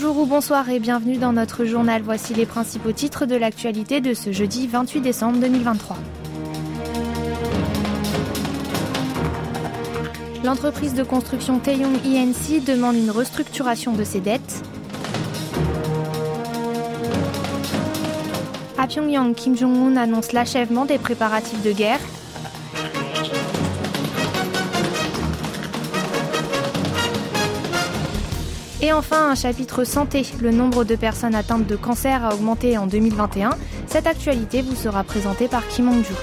Bonjour ou bonsoir et bienvenue dans notre journal. Voici les principaux titres de l'actualité de ce jeudi 28 décembre 2023. L'entreprise de construction Taeyong E&C demande une restructuration de ses dettes. À Pyongyang, Kim Jong-un annonce l'achèvement des préparatifs de guerre. Et enfin, un chapitre santé. Le nombre de personnes atteintes de cancer a augmenté en 2021. Cette actualité vous sera présentée par Kim Hong-joo.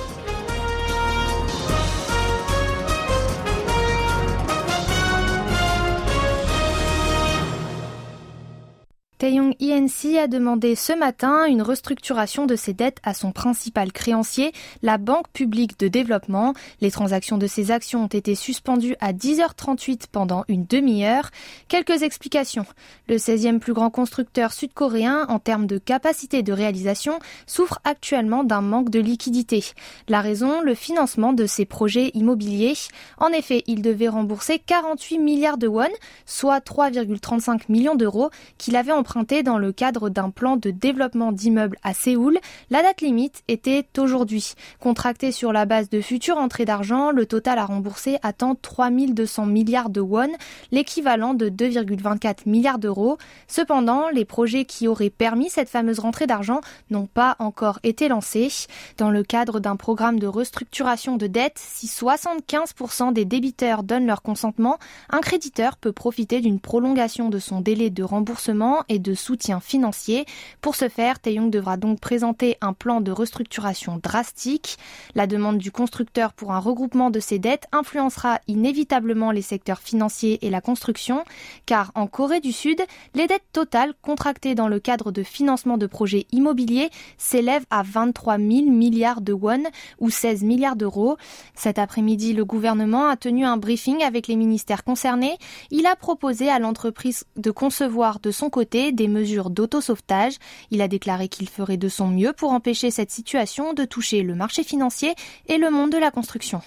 Taeyong E&C a demandé ce matin une restructuration de ses dettes à son principal créancier, la Banque publique de développement. Les transactions de ses actions ont été suspendues à 10h38 pendant une demi-heure. Quelques explications. Le 16e plus grand constructeur sud-coréen, en termes de capacité de réalisation, souffre actuellement d'un manque de liquidité. La raison, le financement de ses projets immobiliers. En effet, il devait rembourser 48 milliards de won, soit 3,35 millions d'euros, qu'il avait emprunté dans le cadre d'un plan de développement d'immeubles à Séoul. La date limite était aujourd'hui. Contracté sur la base de futures entrées d'argent, le total à rembourser atteint 3200 milliards de won, l'équivalent de 2,24 milliards d'euros. Cependant, les projets qui auraient permis cette fameuse rentrée d'argent n'ont pas encore été lancés. Dans le cadre d'un programme de restructuration de dette, si 75% des débiteurs donnent leur consentement, un créditeur peut profiter d'une prolongation de son délai de remboursement et de soutien financier. Pour ce faire, Taeyong devra donc présenter un plan de restructuration drastique. La demande du constructeur pour un regroupement de ses dettes influencera inévitablement les secteurs financiers et la construction, car en Corée du Sud, les dettes totales contractées dans le cadre de financement de projets immobiliers s'élèvent à 23 000 milliards de won ou 16 milliards d'euros. Cet après-midi, le gouvernement a tenu un briefing avec les ministères concernés. Il a proposé à l'entreprise de concevoir de son côté des mesures d'autosauvetage. Il a déclaré qu'il ferait de son mieux pour empêcher cette situation de toucher le marché financier et le monde de la construction.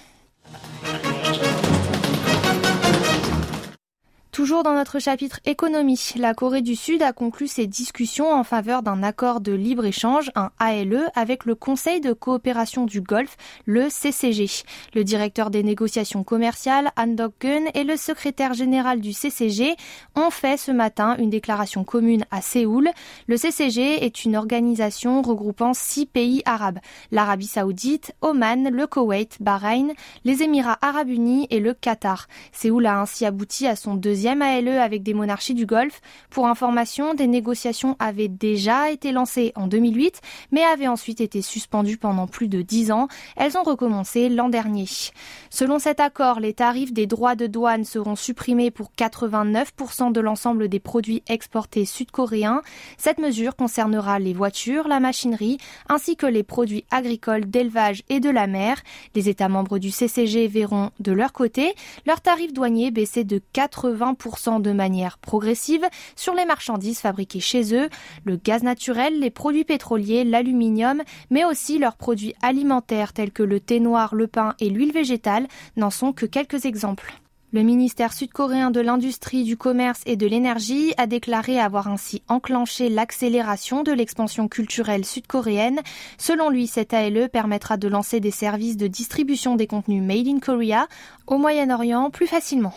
Toujours dans notre chapitre économie, la Corée du Sud a conclu ses discussions en faveur d'un accord de libre-échange, un ALE, avec le Conseil de coopération du Golfe, le CCG. Le directeur des négociations commerciales, Han Dok-gun, et le secrétaire général du CCG ont fait ce matin une déclaration commune à Séoul. Le CCG est une organisation regroupant 6 pays arabes, l'Arabie Saoudite, Oman, le Koweït, Bahreïn, les Émirats Arabes Unis et le Qatar. Séoul a ainsi abouti à son deuxième ALE avec des monarchies du Golfe. Pour information, des négociations avaient déjà été lancées en 2008, mais avaient ensuite été suspendues pendant plus de 10 ans. Elles ont recommencé l'an dernier. Selon cet accord, les tarifs des droits de douane seront supprimés pour 89% de l'ensemble des produits exportés sud-coréens. Cette mesure concernera les voitures, la machinerie, ainsi que les produits agricoles, d'élevage et de la mer. Les États membres du CCG verront de leur côté leurs tarifs douaniers baisser de 80% de manière progressive sur les marchandises fabriquées chez eux, le gaz naturel, les produits pétroliers, l'aluminium, mais aussi leurs produits alimentaires tels que le thé noir, le pain et l'huile végétale n'en sont que quelques exemples. Le ministère sud-coréen de l'Industrie, du Commerce et de l'Énergie a déclaré avoir ainsi enclenché l'accélération de l'expansion culturelle sud-coréenne. Selon lui, cette ALE permettra de lancer des services de distribution des contenus Made in Korea au Moyen-Orient plus facilement.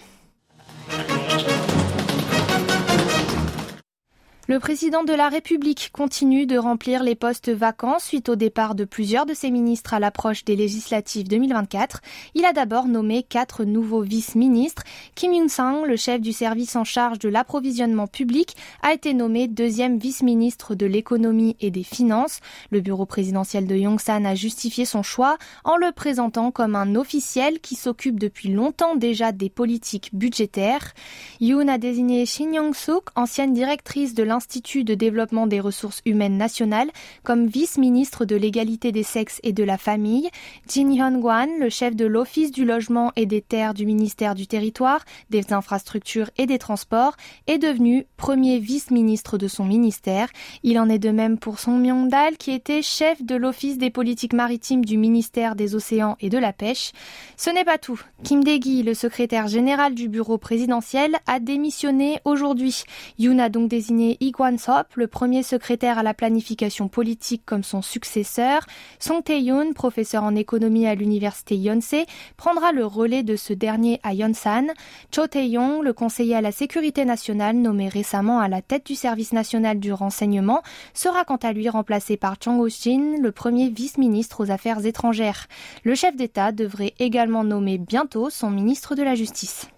Le président de la République continue de remplir les postes vacants suite au départ de plusieurs de ses ministres à l'approche des législatives 2024. Il a d'abord nommé 4 nouveaux vice-ministres. Kim Yoon-sang, le chef du service en charge de l'approvisionnement public, a été nommé 2e vice-ministre de l'économie et des finances. Le bureau présidentiel de Yongsan a justifié son choix en le présentant comme un officiel qui s'occupe depuis longtemps déjà des politiques budgétaires. Yoon a désigné Shin Young-suk, ancienne directrice de l'Institut de développement des ressources humaines nationales, comme vice-ministre de l'égalité des sexes et de la famille. Jin Hyun-kwan, le chef de l'Office du logement et des terres du ministère du territoire, des infrastructures et des transports, est devenu premier vice-ministre de son ministère. Il en est de même pour Song Myong-dal, qui était chef de l'Office des politiques maritimes du ministère des Océans et de la Pêche. Ce n'est pas tout. Kim Dae-gi, le secrétaire général du bureau présidentiel, a démissionné aujourd'hui. Yoon a donc désigné Lee Kwan-sop, le premier secrétaire à la planification politique comme son successeur. Song Tae-yoon, professeur en économie à l'université Yonsei, prendra le relais de ce dernier à Yonsan. Cho Tae-yong, le conseiller à la sécurité nationale nommé récemment à la tête du service national du renseignement, sera quant à lui remplacé par Chung Ho-shin, le premier vice-ministre aux Affaires étrangères. Le chef d'État devrait également nommer bientôt son ministre de la Justice.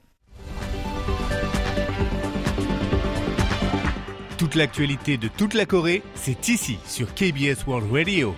Toute l'actualité de toute la Corée, c'est ici sur KBS World Radio.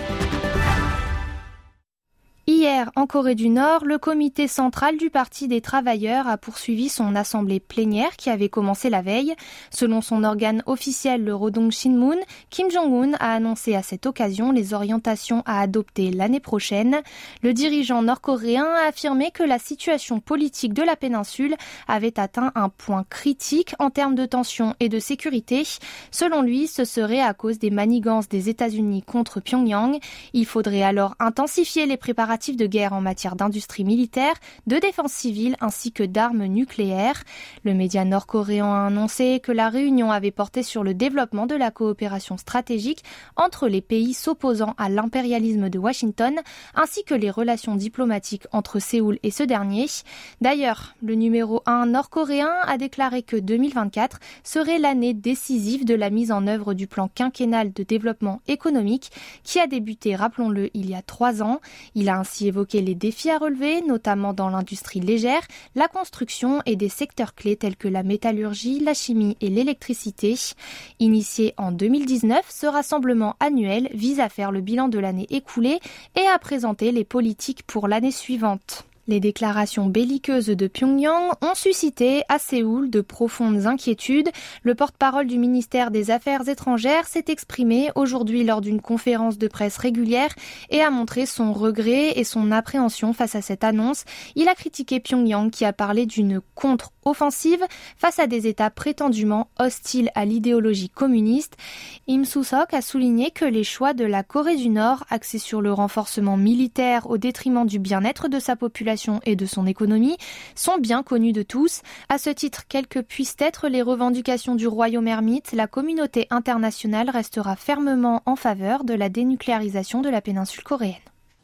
Hier, en Corée du Nord, le comité central du Parti des travailleurs a poursuivi son assemblée plénière qui avait commencé la veille. Selon son organe officiel, le Rodong Shinmun, Kim Jong-un a annoncé à cette occasion les orientations à adopter l'année prochaine. Le dirigeant nord-coréen a affirmé que la situation politique de la péninsule avait atteint un point critique en termes de tension et de sécurité. Selon lui, ce serait à cause des manigances des États-Unis contre Pyongyang. Il faudrait alors intensifier les préparatifs de guerre en matière d'industrie militaire, de défense civile ainsi que d'armes nucléaires. Le média nord-coréen a annoncé que la réunion avait porté sur le développement de la coopération stratégique entre les pays s'opposant à l'impérialisme de Washington, ainsi que les relations diplomatiques entre Séoul et ce dernier. D'ailleurs, le numéro 1 nord-coréen a déclaré que 2024 serait l'année décisive de la mise en œuvre du plan quinquennal de développement économique qui a débuté, rappelons-le, il y a 3 ans. Il a ainsi évoqué les défis à relever, notamment dans l'industrie légère, la construction et des secteurs clés tels que la métallurgie, la chimie et l'électricité. Initié en 2019, ce rassemblement annuel vise à faire le bilan de l'année écoulée et à présenter les politiques pour l'année suivante. Les déclarations belliqueuses de Pyongyang ont suscité à Séoul de profondes inquiétudes. Le porte-parole du ministère des Affaires étrangères s'est exprimé aujourd'hui lors d'une conférence de presse régulière et a montré son regret et son appréhension face à cette annonce. Il a critiqué Pyongyang qui a parlé d'une contre-offensive face à des États prétendument hostiles à l'idéologie communiste. Im Soo-seok a souligné que les choix de la Corée du Nord, axés sur le renforcement militaire au détriment du bien-être de sa population et de son économie, sont bien connus de tous. À ce titre, quelles que puissent être les revendications du royaume ermite, la communauté internationale restera fermement en faveur de la dénucléarisation de la péninsule coréenne.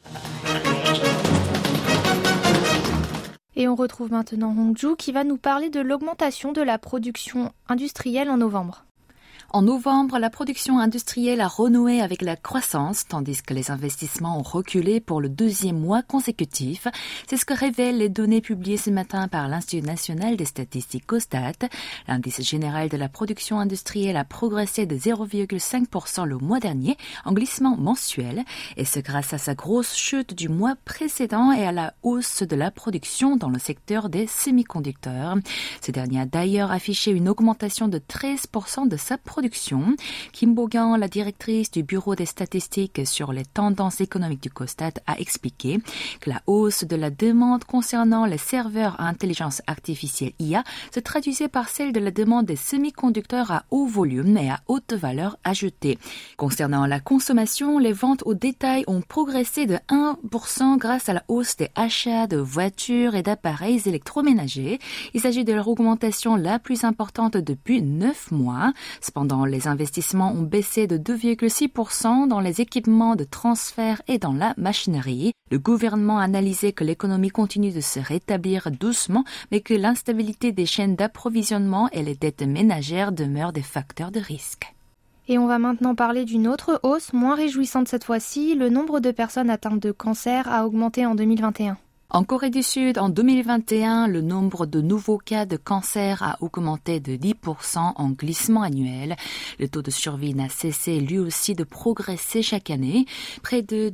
Et on retrouve maintenant Hongju qui va nous parler de l'augmentation de la production industrielle en novembre. En novembre, la production industrielle a renoué avec la croissance, tandis que les investissements ont reculé pour le 2e mois consécutif. C'est ce que révèlent les données publiées ce matin par l'Institut national des statistiques COSTAT. L'indice général de la production industrielle a progressé de 0,5% le mois dernier, en glissement mensuel, et ce grâce à sa grosse chute du mois précédent et à la hausse de la production dans le secteur des semi-conducteurs. Ce dernier a d'ailleurs affiché une augmentation de 13% de sa production. Kim Bo-kyung, la directrice du Bureau des statistiques sur les tendances économiques du COSTAT, a expliqué que la hausse de la demande concernant les serveurs à intelligence artificielle IA se traduisait par celle de la demande des semi-conducteurs à haut volume et à haute valeur ajoutée. Concernant la consommation, les ventes au détail ont progressé de 1% grâce à la hausse des achats de voitures et d'appareils électroménagers. Il s'agit de leur augmentation la plus importante depuis 9 mois. Cependant, les investissements ont baissé de 2,6% dans les équipements de transfert et dans la machinerie. Le gouvernement a analysé que l'économie continue de se rétablir doucement, mais que l'instabilité des chaînes d'approvisionnement et les dettes ménagères demeurent des facteurs de risque. Et on va maintenant parler d'une autre hausse, moins réjouissante cette fois-ci. Le nombre de personnes atteintes de cancer a augmenté en 2021. En Corée du Sud, en 2021, le nombre de nouveaux cas de cancer a augmenté de 10% en glissement annuel. Le taux de survie n'a cessé lui aussi de progresser chaque année. Près de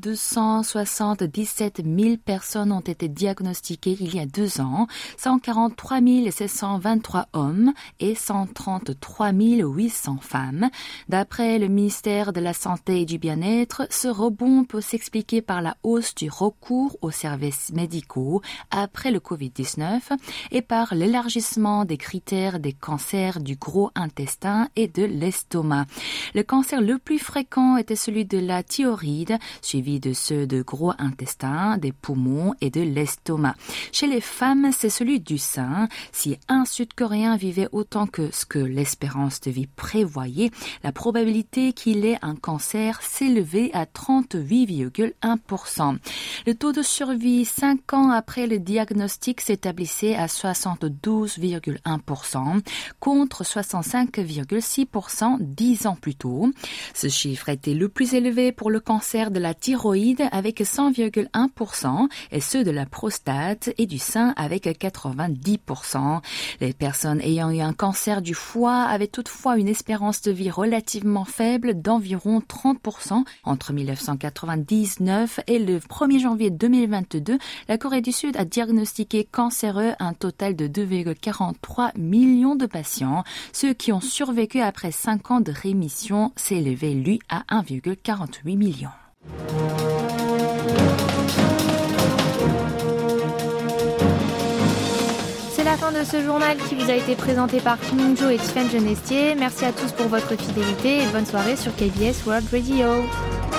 277 000 personnes ont été diagnostiquées il y a 2 ans, 143 723 hommes et 133 800 femmes. D'après le ministère de la Santé et du Bien-être, ce rebond peut s'expliquer par la hausse du recours aux services médicaux médicaux après le Covid-19 et par l'élargissement des critères des cancers du gros intestin et de l'estomac. Le cancer le plus fréquent était celui de la thyroïde, suivi de ceux de gros intestin, des poumons et de l'estomac. Chez les femmes, c'est celui du sein. Si un Sud-Coréen vivait autant que ce que l'espérance de vie prévoyait, la probabilité qu'il ait un cancer s'élevait à 38,1%. Le taux de survie 5 ans après le diagnostic s'établissait à 72,1% contre 65,6% 10 ans plus tôt. Ce chiffre était le plus élevé pour le cancer de la thyroïde avec 100,1% et ceux de la prostate et du sein avec 90%. Les personnes ayant eu un cancer du foie avaient toutefois une espérance de vie relativement faible d'environ 30%. Entre 1999 et le 1er janvier 2022, la Corée du Sud a diagnostiqué cancéreux un total de 2,43 millions de patients. Ceux qui ont survécu après 5 ans de rémission s'élevait, lui, à 1,48 million. C'est la fin de ce journal qui vous a été présenté par Kim Ming-jo et Tiffany Genestier. Merci à tous pour votre fidélité et bonne soirée sur KBS World Radio.